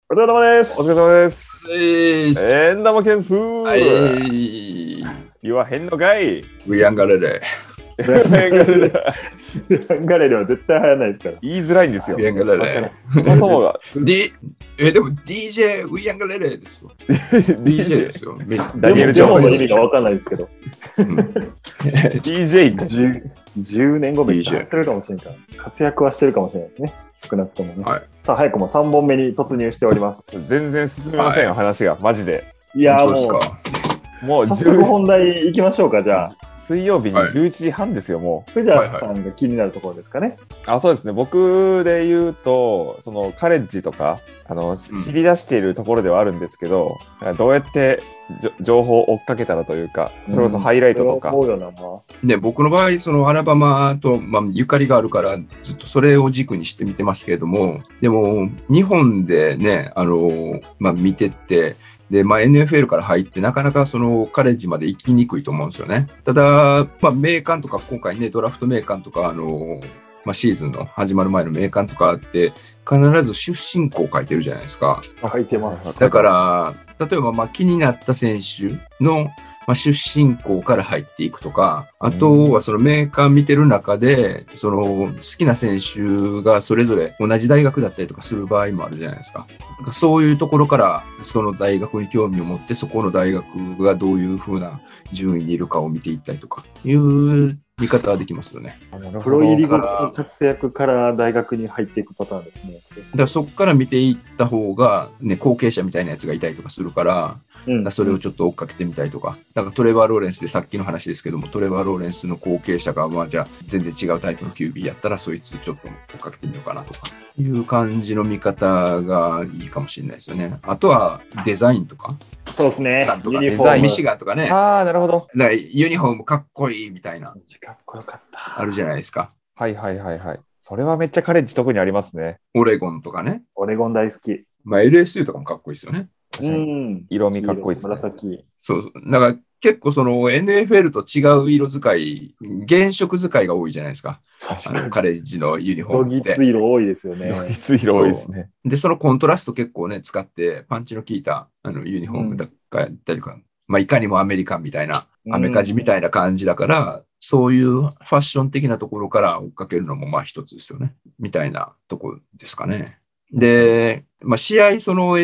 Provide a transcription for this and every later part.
お疲れ様です。 お疲れ様です。 玉件数。 言わへんのかい。 ウィアンガレレ。 ウィアンガレレは絶対流行らないですから。 言いづらいんですよ。 ウィアンガレレ。 そもそもが。 でも DJ ウィアンガレレですよ。DJ ですよ。 ダニエル・ジョーンの意味が分かんないですけど。 DJ って 10年後めっちゃやってるかもしれないから。活躍はしてるかもしれないですね。少なくともね。 はい、 さあ、早くも3本目に突入しております。 全然進みませんよ、話が。マジで。 いやーもう早速本題行きましょうか、じゃあ。 水曜日に11時半ですよ、もう。 藤原さんが気になるところですかね。 そうですね。僕で言うと、そのカレッジとか、知り出しているところではあるんですけど、どうやって情報を追っかけたらというか、それこそハイライトとか。 ね、僕の場合、そのアラバマと、ゆかりがあるから、ずっとそれを軸にして見てますけれども、でも、日本でね、見てって、で、NFL から入ってなかなかそのカレッジまで行きにくいと思うんですよね。ただ、名鑑とか今回ね、ドラフト名鑑とか、シーズンの始まる前の名鑑とかあって、必ず出身校書いてるじゃないですか。 書いてます。 だから、例えば気になった選手の出身校から入っていくとか、あとはそのメーカー見てる中で、その好きな選手がそれぞれ同じ大学だったりとかする場合もあるじゃないですか。そういうところからその大学に興味を持って、そこの大学がどういう風な順位にいるかを見ていったりとかいう見方はできますよね。 プロ入り後の活躍から大学に入っていくパターンですね。 だからそこから見ていった方が、ね、後継者みたいなやつがいたりとかするから、それをちょっと追っかけてみたりとか。だからトレバー・ローレンスでさっきの話ですけども、トレバー・ローレンスの後継者が、じゃあ全然違うタイプの QB やったら、そいつちょっと追っかけてみようかなとか、いう感じの見方がいいかもしれないですよね。あとはデザインとか。 そうですね。 ユニフォーム。ミシガンとかね。 なるほど。 だからユニフォームかっこいいみたいな。 かっこよかった。 あるじゃないですか。 はい。それはめっちゃカレッジ特にありますね。 オレゴンとかね。 オレゴン大好き。 LSU とかもかっこいいですよね。 色味かっこいいですね。 紫。 そう。だから結構その NFL と違う色使い、原色使いが多いじゃないですか。カレッジのユニフォームって。 どぎつ色多いですよね。 どぎつ色多いですね。 で、そのコントラスト結構ね、使ってパンチの効いたユニフォームだったりとか、いかにもアメリカンみたいな、アメカジみたいな感じだから、そういうファッション的なところから追っかけるのも一つですよね。みたいなところですかね。で、試合その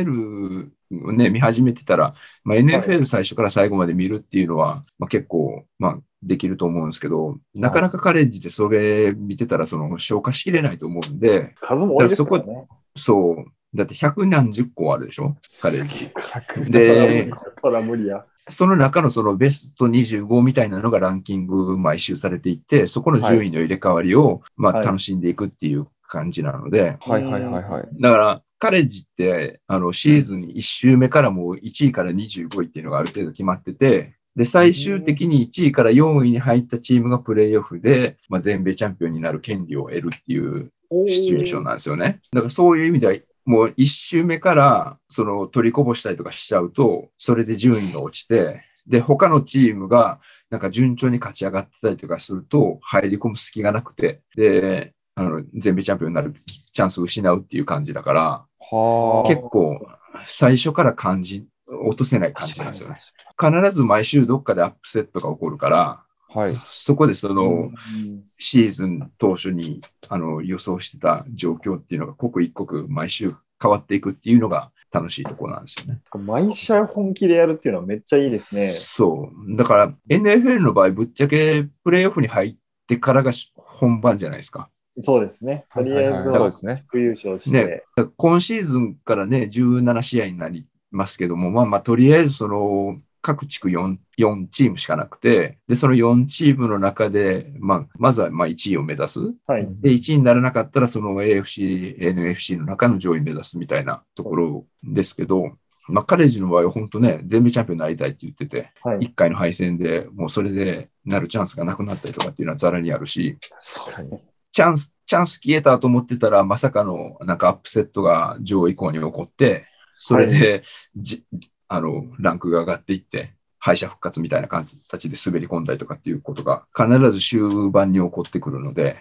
NFL をね、見始めてたら、NFL 最初から最後まで見るっていうのは、結構、できると思うんですけど、なかなかカレッジでそれ見てたら、消化しきれないと思うんで、 数も多いですからね。 そう。だって100何十個あるでしょカレッジ。 で、そら無理や。 その中のそのベスト25みたいなのがランキング毎週されていって、そこの順位の入れ替わりを、楽しんでいくっていう感じなので。 はい。 だから、カレッジって、シーズン1周目からもう1位から25位っていうのがある程度決まってて、で、最終的に1位から4位に入ったチームがプレイオフで、全米チャンピオンになる権利を得るっていうシチュエーションなんですよね。だからそういう意味では、もう1周目から取りこぼしたりとかしちゃうと、それで順位が落ちて、で、他のチームが順調に勝ち上がってたりとかすると、入り込む隙がなくて、で、全米チャンピオンになるチャンスを失うっていう感じだから、結構最初から落とせない感じなんですよね。必ず毎週どっかでアップセットが起こるから、そこでシーズン当初に予想してた状況っていうのが刻一刻毎週変わっていくっていうのが楽しいところなんですよね。 毎試合本気でやるっていうのはめっちゃいいですね。 そう。だから NFL の場合ぶっちゃけプレイオフに入ってからが本番じゃないですか。 そうですね。とりあえずは優勝して。 今シーズンからね、17試合になりますけども、とりあえず各地区4チームしかなくて、で、その4チームの中で、まずは1位を目指す。で、1位にならなかったら、その AFC、NFC の中の上位目指すみたいなところですけど、カレッジの場合は本当ね、全米チャンピオンになりたいって言ってて、1回の敗戦でもうそれでなるチャンスがなくなったりとかっていうのはザラにあるし、チャンス消えたと思ってたら、まさかのアップセットが上位以降に起こって、それで、ランクが上がっていって、敗者復活みたいな形で滑り込んだりとかっていうことが必ず終盤に起こってくるので、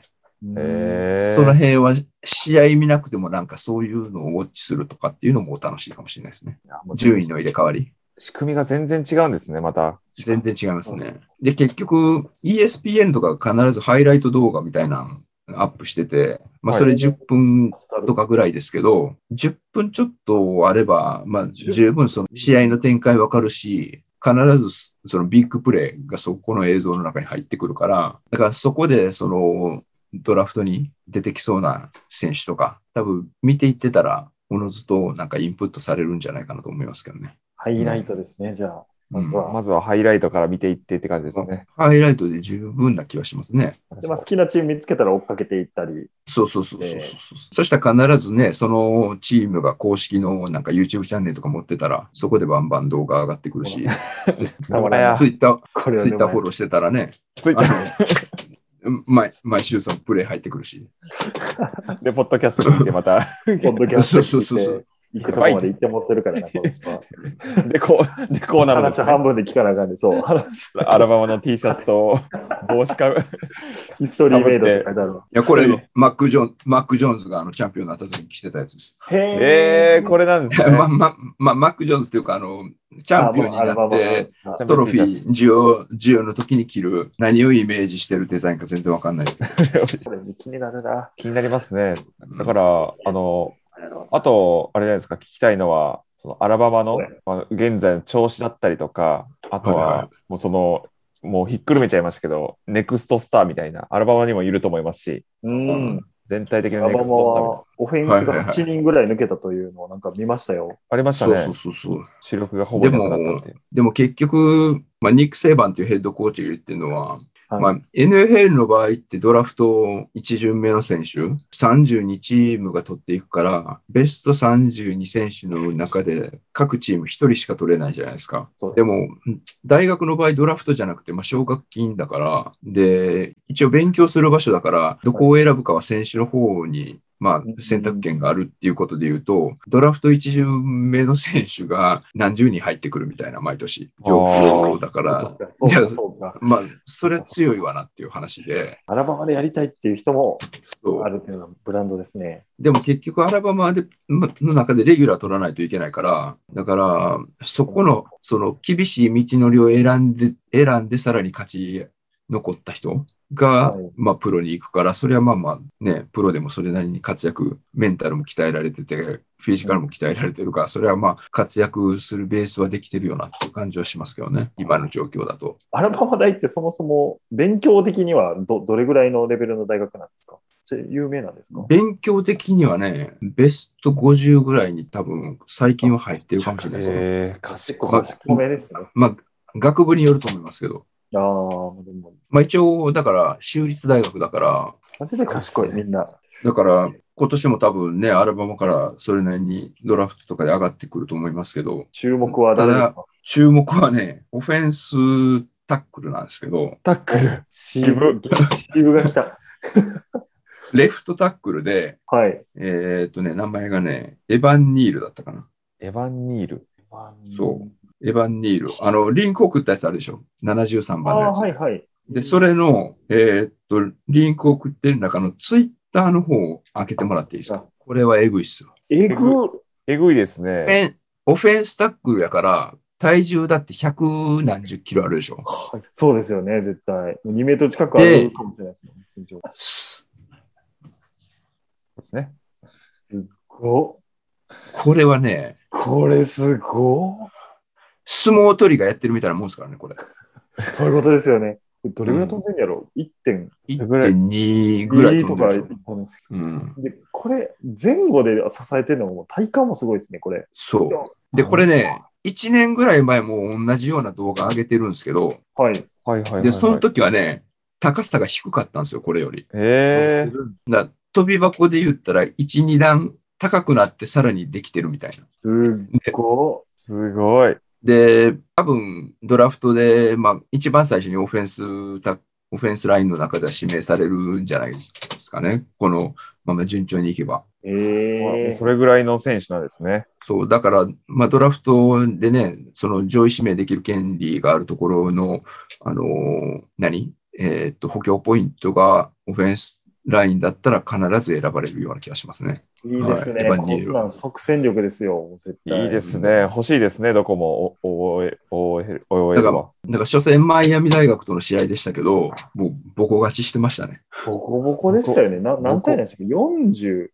その辺は試合見なくてもなんかそういうのをウォッチするとかっていうのも楽しいかもしれないですね。順位の入れ替わり。 仕組みが全然違うんですね、また。 全然違いますね。で、結局 ESPN とか必ずハイライト動画みたいなのアップしてて、まあそれ10分とかぐらいですけど、10分ちょっとあれば、まあ十分その試合の展開わかるし、必ずそのビッグプレーがそこの映像の中に入ってくるから、だからそこでそのドラフトに出てきそうな選手とか、多分見ていってたら、おのずとなんかインプットされるんじゃないかなと思いますけどね。 ハイライトですね、じゃあ。 まずはハイライトから見ていってって感じですね。 ハイライトで十分な気はしますね。 で好きなチーム見つけたら追っかけていったり。 そう。そしたら必ずね、そのチームが公式のなんか YouTube チャンネルとか持ってたら、そこでバンバン動画上がってくるし、ツイッターフォローしてたらね、毎週そのプレイ入ってくるし。 で、ポッドキャスト聞いてまた。 ポッドキャスト聞いて。行くとこまで行って持ってるからな、この人は。 で、こうなるんです、 ね。話半分で聞かなあかんで、そう。 アラバマの T シャツと帽子かヒストリーメイドって書いてある。 いや、これ、マック・ジョーンズがチャンピオンになった時に着てたやつです。 これなんですね。 マック・ジョーンズっていうか、チャンピオンになって、トロフィー授与の時に着る、何をイメージしてるデザインか全然わかんないですけど。 気になるな。 気になりますね。だから、あと、あれじゃないですか、聞きたいのは、そのアラバマの、現在の調子だったりとか、あとは、もうひっくるめちゃいましたけど、ネクストスターみたいな、アラバマにもいると思いますし、全体的なネクストスターみたいな。 オフェンスが8人ぐらい抜けたというのをなんか見ましたよ。 ありましたね。 そう。 主力がほぼいなくなったって。 でも結局、ニック・セイバンっていうヘッドコーチが言ってるのは、NFL の場合ってドラフト1巡目の選手、32チームが取っていくから、ベスト32選手の中で各チーム1人しか取れないじゃないですか。でも、大学の場合ドラフトじゃなくて、奨学金だから、で、一応勉強する場所だから、どこを選ぶかは選手の方に選択権があるっていうことで言うと、ドラフト1巡目の選手が何十人入ってくるみたいな、毎年、状況だから、それ強いわなっていう話で。 アラバマでやりたいっていう人もあるっていうのがブランドですね。 でも結局アラバマの中でレギュラー取らないといけないから、だから、そこの、その厳しい道のりを選んでさらに勝ち残った人が、プロに行くから、それはね、プロでもそれなりに活躍、メンタルも鍛えられてて、フィジカルも鍛えられてるから、それは活躍するベースはできてるよなっていう感じはしますけどね、今の状況だと。 アラバマ大ってそもそも勉強的にはどれぐらいのレベルの大学なんですか？有名なんですか？ 勉強的にはね、ベスト50ぐらいに多分最近は入ってるかもしれないですね。 賢めですね。 学部によると思いますけど。一応、だから、州立大学だから。 マジで賢い、みんな。 だから、今年も多分ね、アラバマからそれなりにドラフトとかで上がってくると思いますけど。 注目は誰ですか？ 注目はね、オフェンスタックルなんですけど。 タックル渋が来た。 レフトタックルで、名前がね、エヴァン・ニールだったかな。 エヴァン・ニール。 そう。エヴァン・ニール。リンク送ったやつあるでしょ？ 73 番のやつ。で、それの、リンク送ってる中のツイッターの方を開けてもらっていいですか？これはエグいっすよ。 エグいですね。 オフェンスタックルやから、体重だって100何十キロあるでしょ？ そうですよね、絶対。2メートル近くあるかもしれないですもんね。 そうですね。 すごっ。 これはね。 これすごっ。 相撲取りがやってるみたいなもんですからね、これ。 そういうことですよね。どれぐらい飛んでんやろ？ 1.2 ぐらい飛んでるでしょ。 で、これ、前後で支えてるのも体感もすごいですね、これ。 そう。で、これね、1年ぐらい前も同じような動画上げてるんですけど、で、その時はね、高さが低かったんですよ、これより。飛び箱で言ったら、1、2段高くなってさらにできてるみたいな。 すごい。 で、多分、ドラフトで、一番最初にオフェンスラインの中では指名されるんじゃないですかね。このまま順調にいけば。 それぐらいの選手なんですね。 そう、だから、ドラフトでね、その上位指名できる権利があるところの、補強ポイントがオフェンスラインだったら必ず選ばれるような気がしますね。 いいですね。 はいエヴァンニールこんなん即戦力ですよ、絶対。 いいですね。欲しいですね、どこも。OL は。 だから初戦マイアミ大学との試合でしたけど、もうボコ勝ちしてましたね。 ボコボコでしたよね。何対でしたっけ？ 40、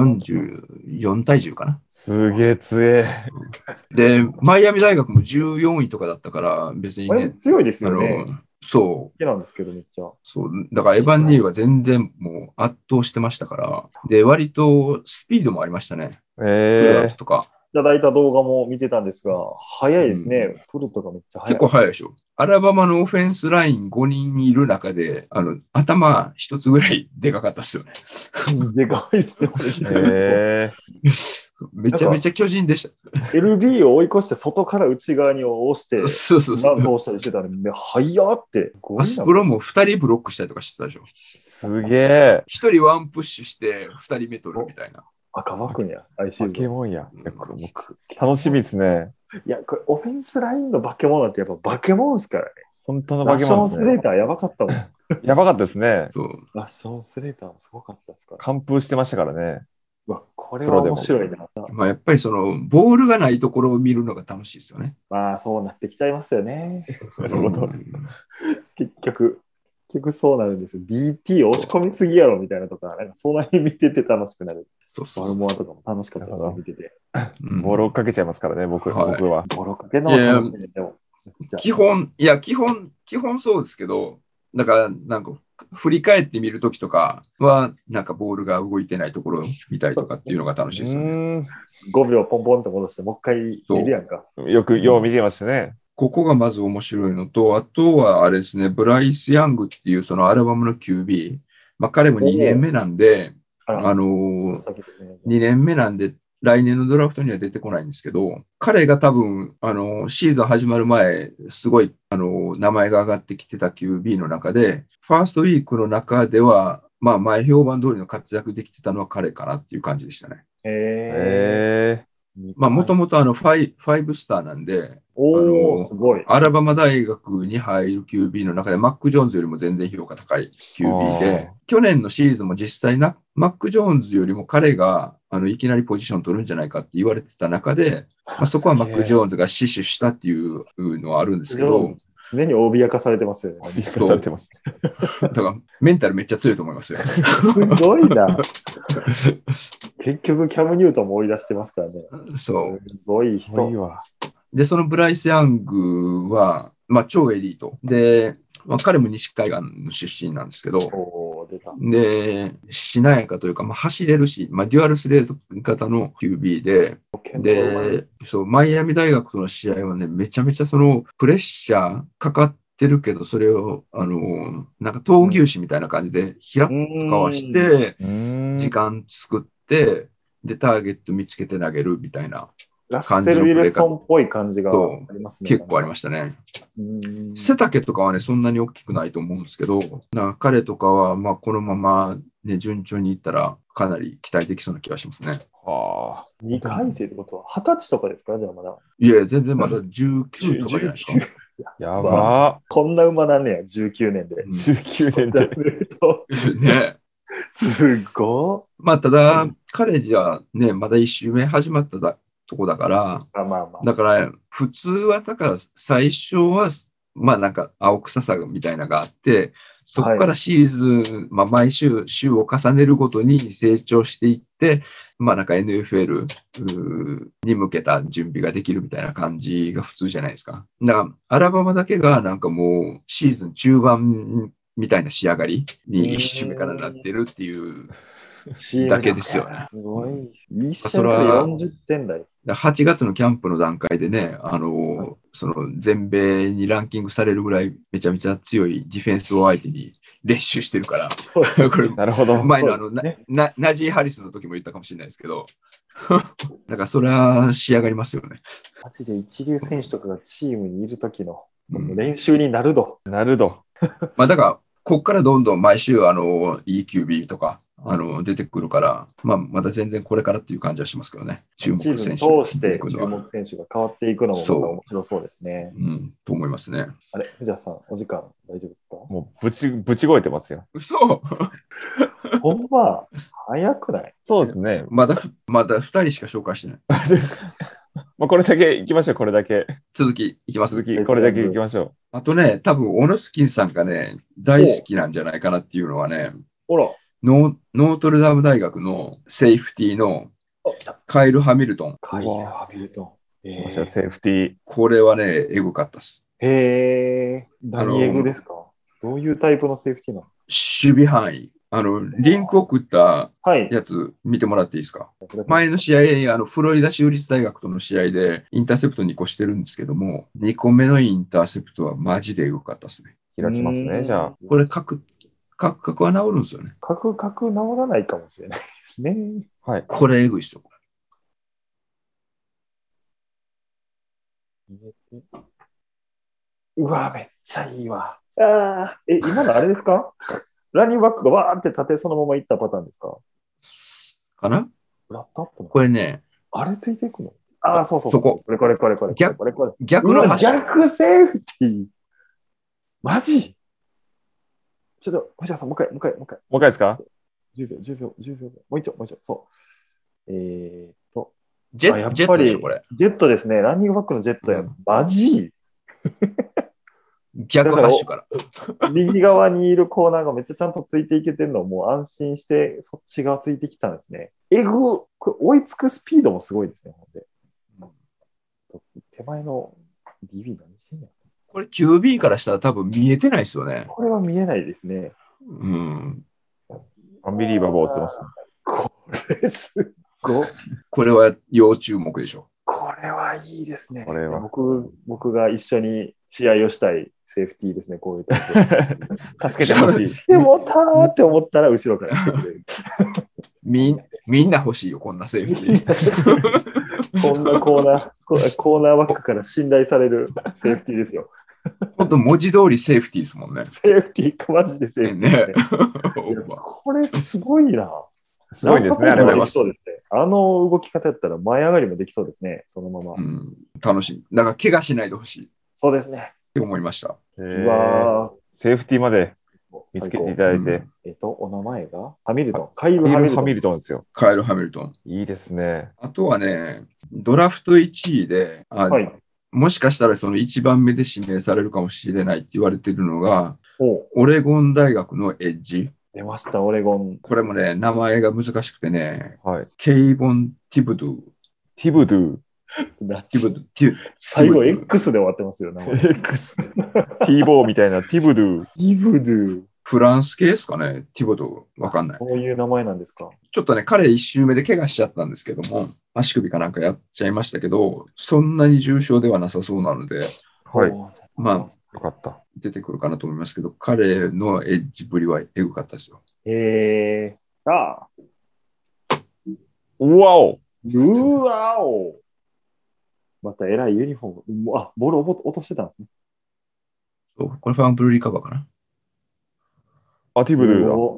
44対10かな。 すげえ強え。 で、マイアミ大学も14位とかだったから、別にこれね、 強いですよね。 そう。 好きなんですけど、めっちゃ。 そう。だからエヴァン・ニールが全然もう圧倒してましたから、で、割とスピードもありましたね。フルアウトとか。 いただいた動画も見てたんですが、早いですね。フルとかめっちゃ早い。 結構早いでしょ。アラバマのオフェンスライン5人いる中で、頭一つぐらいでかかったっすよね。 でかいっすね、これ。 めちゃめちゃ巨人でした。 LB を追い越して外から内側に押して、 そうそうそう。 どうしたりしてたら、早って。 アスプロも2人ブロックしたりとかしてたでしょ。 すげえ。 1人ワンプッシュして2人目取るみたいな。 赤バくんや、 バケモンや。楽しみですね。 いや、これオフェンスラインのバケモンなんてやっぱバケモンですからね。 本当のバケモンですね。 ラッションスレーターやばかったもん。 やばかったですね。 そう。 ラッションスレーターもすごかったですから。 完封してましたからね。 これは面白いな。 まあやっぱりボールがないところを見るのが楽しいですよね。 まあそうなってきちゃいますよね。なるほど。結局そうなるんですよ。DT 押し込みすぎやろみたいなとか、なんかそんなに見てて楽しくなる。バルモアとかも楽しかったですね、見てて。 ボールをかけちゃいますからね、僕は。ボールをかけるのも楽しいね。でも基本そうですけど、だからなんか振り返ってみるときとかは、なんかボールが動いてないところを見たりとかっていうのが楽しいですよね。 5秒ポンポンと戻して、もう一回見るやんか。 よう見てましたね。 ここがまず面白いのと、あとはあれですね、ブライス・ヤングっていうそのアルバムの QB、まあ彼も2年目なんで、2年目なんで、来年のドラフトには出てこないんですけど、彼が多分、シーズン始まる前、すごい、名前が上がってきてた QB の中で、ファーストウィークの中では、まあ、前評判通りの活躍できてたのは彼かなっていう感じでしたね。まあ、もともとファイブスターなんで、 すごい。 アラバマ大学に入る QB の中でマック・ジョーンズよりも全然評価高い QB で、去年のシーズンも実際マック・ジョーンズよりも彼がいきなりポジション取るんじゃないかって言われてた中で、まあ、そこはマック・ジョーンズが死守したっていうのはあるんですけど、 常に脅かされてますよね。 脅かされてます。 だからメンタルめっちゃ強いと思いますよ。 すごいな。結局キャム・ニュートンも追い出してますからね。 そう。 すごい人。 で、そのブライス・ヤングは、まあ、超エリート。で、まあ、彼も西海岸の出身なんですけど、で、しなやかというか、まあ、走れるし、まあ、デュアルスレート型の QB で、そう、マイアミ大学との試合はね、めちゃめちゃプレッシャーかかってるけど、それを、なんか闘牛士みたいな感じで、ひらっとかわして、時間作って、で、ターゲット見つけて投げるみたいな。 ラッセル・ウィルソンっぽい感じがありますね。 結構ありましたね。背丈とかはね、そんなに大きくないと思うんですけど、彼とかは、まあ、このまま、ね、順調にいったら、かなり期待できそうな気がしますね。 2回生ってことは、20歳とかですか？じゃあまだ。 いや、全然まだ19とかじゃないですか。 やばこんな馬なんねや、19年で。 19年で。 ね。 すごい。 まあ、ただ、彼じゃね、まだ1周目始まったとこだから、だから、普通は、だから、最初は、まあなんか、青臭さみたいなのがあって、そこからシーズン、まあ毎週を重ねるごとに成長していって、まあなんか NFL に向けた準備ができるみたいな感じが普通じゃないですか。だから、アラバマだけがなんかもう、シーズン中盤みたいな仕上がりに一周目からなってるっていうだけですよね。 すごい。それは40点台。 8月のキャンプの段階でね、その全米にランキングされるぐらいめちゃめちゃ強いディフェンスを相手に練習してるから、これなるほど。 前のナジー・ハリスの時も言ったかもしれないですけど、だからそれは仕上がりますよね。 マジで一流選手とかがチームにいる時の練習になるど。 なるど。 まあだから、こっからどんどん毎週EQB とか出てくるから、まあまだ全然これからっていう感じはしますけどね。注目選手。 通して注目選手が変わっていくのもまた面白そうですね。 と思いますね。 あれ、藤田さん、お時間大丈夫ですか？ もうぶち超えてますよ。 嘘ほんま、早くない？ そうですね。 まだ2人しか紹介してない。 まあこれだけ行きましょう、これだけ。 続きいきます。 続き、これだけ行きましょう。 あとね、多分、オノスキンさんがね、大好きなんじゃないかなっていうのはね、 ほら。 ノートルダム大学のセーフティーのカイル・ハミルトン。 カイル・ハミルトン。 来ました、セーフティー。 これはね、エグかったです。 へえ。何エグですか？どういうタイプのセーフティーなの？ 守備範囲。リンク送ったはい。 やつ見てもらっていいですか？前の試合、フロリダ州立大学との試合でインターセプト2個してるんですけども、2個目のインターセプトはマジでエグかったですね。 開きますね、じゃあ。 これ、カクは治るんですよね。 カク治らないかもしれないですね。 はい。 これエグいっすよ。 うわ、めっちゃいいわ。今のあれですか？ランニングバックがわーって縦そのままいったパターンですか？ かな？ フラットアップのこれね。 あれついていくの？そう。 そこ。 これ。 逆の端。 逆セーフティー。マジ？ちょっと、星野さん、もう一回ですか ？10秒。もう一丁。そう。 ジェットでしょ、これ。 ジェットですね。ランニングバックのジェットや。マジ？ 逆ハッシュから。 右側にいるコーナーがめっちゃちゃんとついていけてるのをもう安心してそっち側ついてきたんですね。これ追いつくスピードもすごいですね。ほんで手前の DB 何してんや。 これ QB からしたら多分見えてないですよね。 これは見えないですね。 アンビリーバボーしてます。 これすごい。 これは要注目でしょ。 これはいいですね。 これは僕が一緒に試合をしたいセーフティーですね、こういうタイプ。 助けてほしい。 でも、って思ったら後ろから来てくれる。 みんな欲しいよ、こんなセーフティー。 こんなコーナーバックから信頼されるセーフティーですよ。 本当文字通りセーフティーですもんね。 セーフティーか、マジでセーフティーですね。これすごいな。 すごいですね、あれは。 そうですね。あの動き方やったら前上がりもできそうですね、そのまま。 楽しみ。だから怪我しないでほしい。 そうですね。 って思いました。 うわセーフティーまで見つけていただいて。 お名前がハミルトン。カイル・ハミルトンですよ。 カイル・ハミルトン。 いいですね。 あとはね、ドラフト1位で、もしかしたらその1番目で指名されるかもしれないって言われてるのが、オレゴン大学のエッジ。 出ました、オレゴン。 これもね、名前が難しくてね、ケイボン・ティブドゥ。 ティブドゥ。 最後 X で終わってますよね。 X。ティーボーみたいなティブドゥ。 ティブドゥ。 フランス系ですかね、ティブドゥ。わかんない。 そういう名前なんですか。 ちょっとね、彼1周目で怪我しちゃったんですけども、足首かなんかやっちゃいましたけど、そんなに重症ではなさそうなので、 はい。 まあ、 よかった。 出てくるかなと思いますけど、彼のエッジぶりはエグかったですよ。 うわおまた偉いユニフォーム。ボールを落としてたんですね。 そう、これファンブルリカバーかな。 ティブドゥだ。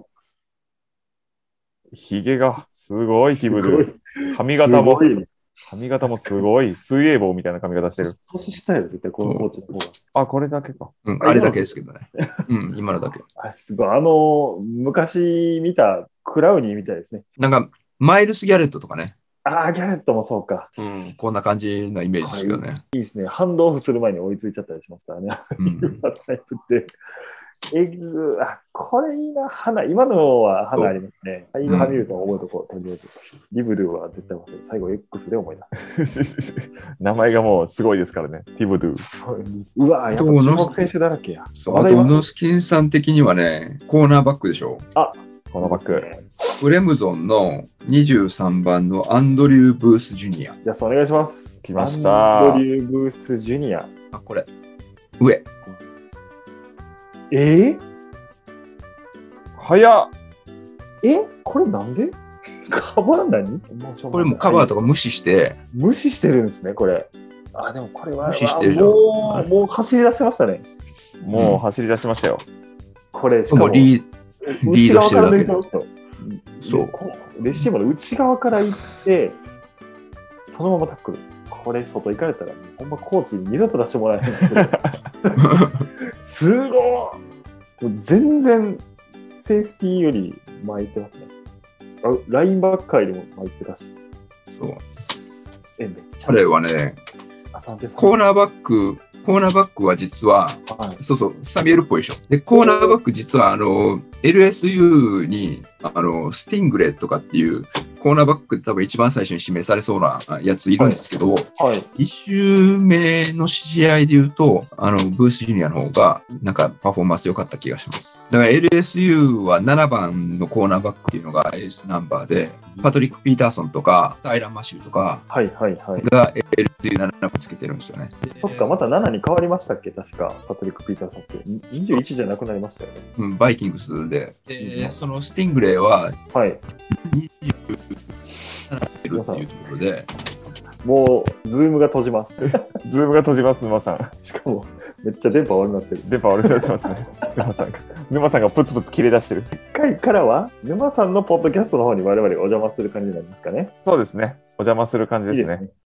ヒゲがすごいティブドゥ。髪型もすごい。水泳帽みたいな髪型してる。 年下よ、絶対このコーチの方が。 これだけか。 あれだけですけどね。今のだけ。 すごい。昔見たクラウニーみたいですね。 なんか、マイルス・ギャレットとかね。 ギャレットもそうか。 こんな感じなイメージですけどね。 いいですね。ハンドオフする前に追いついちゃったりしますからね。タイプって。これいいな。今のは花ありますね。ハミルトン覚えとこう。とりあえず。リブドゥは絶対忘れる。最後 X で思い出す。 名前がもうすごいですからね。ティブドゥ。 やっぱ注目選手だらけや。 あと、オノスキンさん的にはね、コーナーバックでしょ。 コーナーバック。 クレムゾンの23番のアンドリュー・ブース・ジュニア。 じゃあ、お願いします。 来ました。 アンドリュー・ブース・ジュニア。 これ。上。 早っ。これなんでカバー何？ これもカバーとか無視して。 無視してるんですね、これ。でもこれは。 無視してるじゃん。 もう走り出してましたね。 もう走り出してましたよ。 これ、しかもリードしてるだけ。 そう。レシーバーの内側から行って、そのままタックル。これ、外行かれたら、ほんまコーチに二度と出してもらえない。すごい！全然、セーフティーより巻いてますね。ラインバッカーよりも巻いてたし。 そう。 めっちゃ。 彼はね、コーナーバックは実は、はい、そうそう、サミュエルっぽいでしょ。で、コーナーバック実はLSU にスティングレーとかっていうコーナーバックで多分一番最初に指名されそうなやついるんですけど、はいはい、1周目の試合で言うと、ブースジュニアの方がなんかパフォーマンス良かった気がします。だから LSU は7番のコーナーバックっていうのがエースナンバーで、パトリック・ピーターソンとか、タイラン・マシューとかが LSU7 番つけてるんですよね。 そっか、また7に変わりましたっけ確か、パトリック・ピーターソンって。21じゃなくなりましたよね。 うん、バイキングスで。そのスティングレーは、 はい。 27ってるっていうところで。 もう、ズームが閉じます。 ズームが閉じます、沼さん。 しかも、めっちゃ電波悪くなってる。 電波悪くなってますね。沼さんがプツプツ切れ出してる。 1回からは、沼さんのポッドキャストの方に我々お邪魔する感じになりますかね。 そうですね。お邪魔する感じですね。いいですね。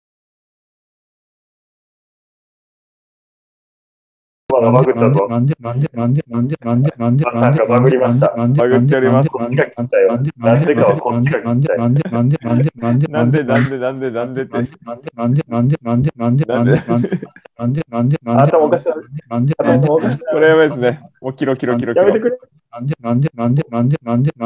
バグったぞ。 なんで、 バグりました。 バグっております。 なんでかはこっちが聞きたい。 なんで頭おかしい。 これやばいですね。もうキロ。 やめてくれ。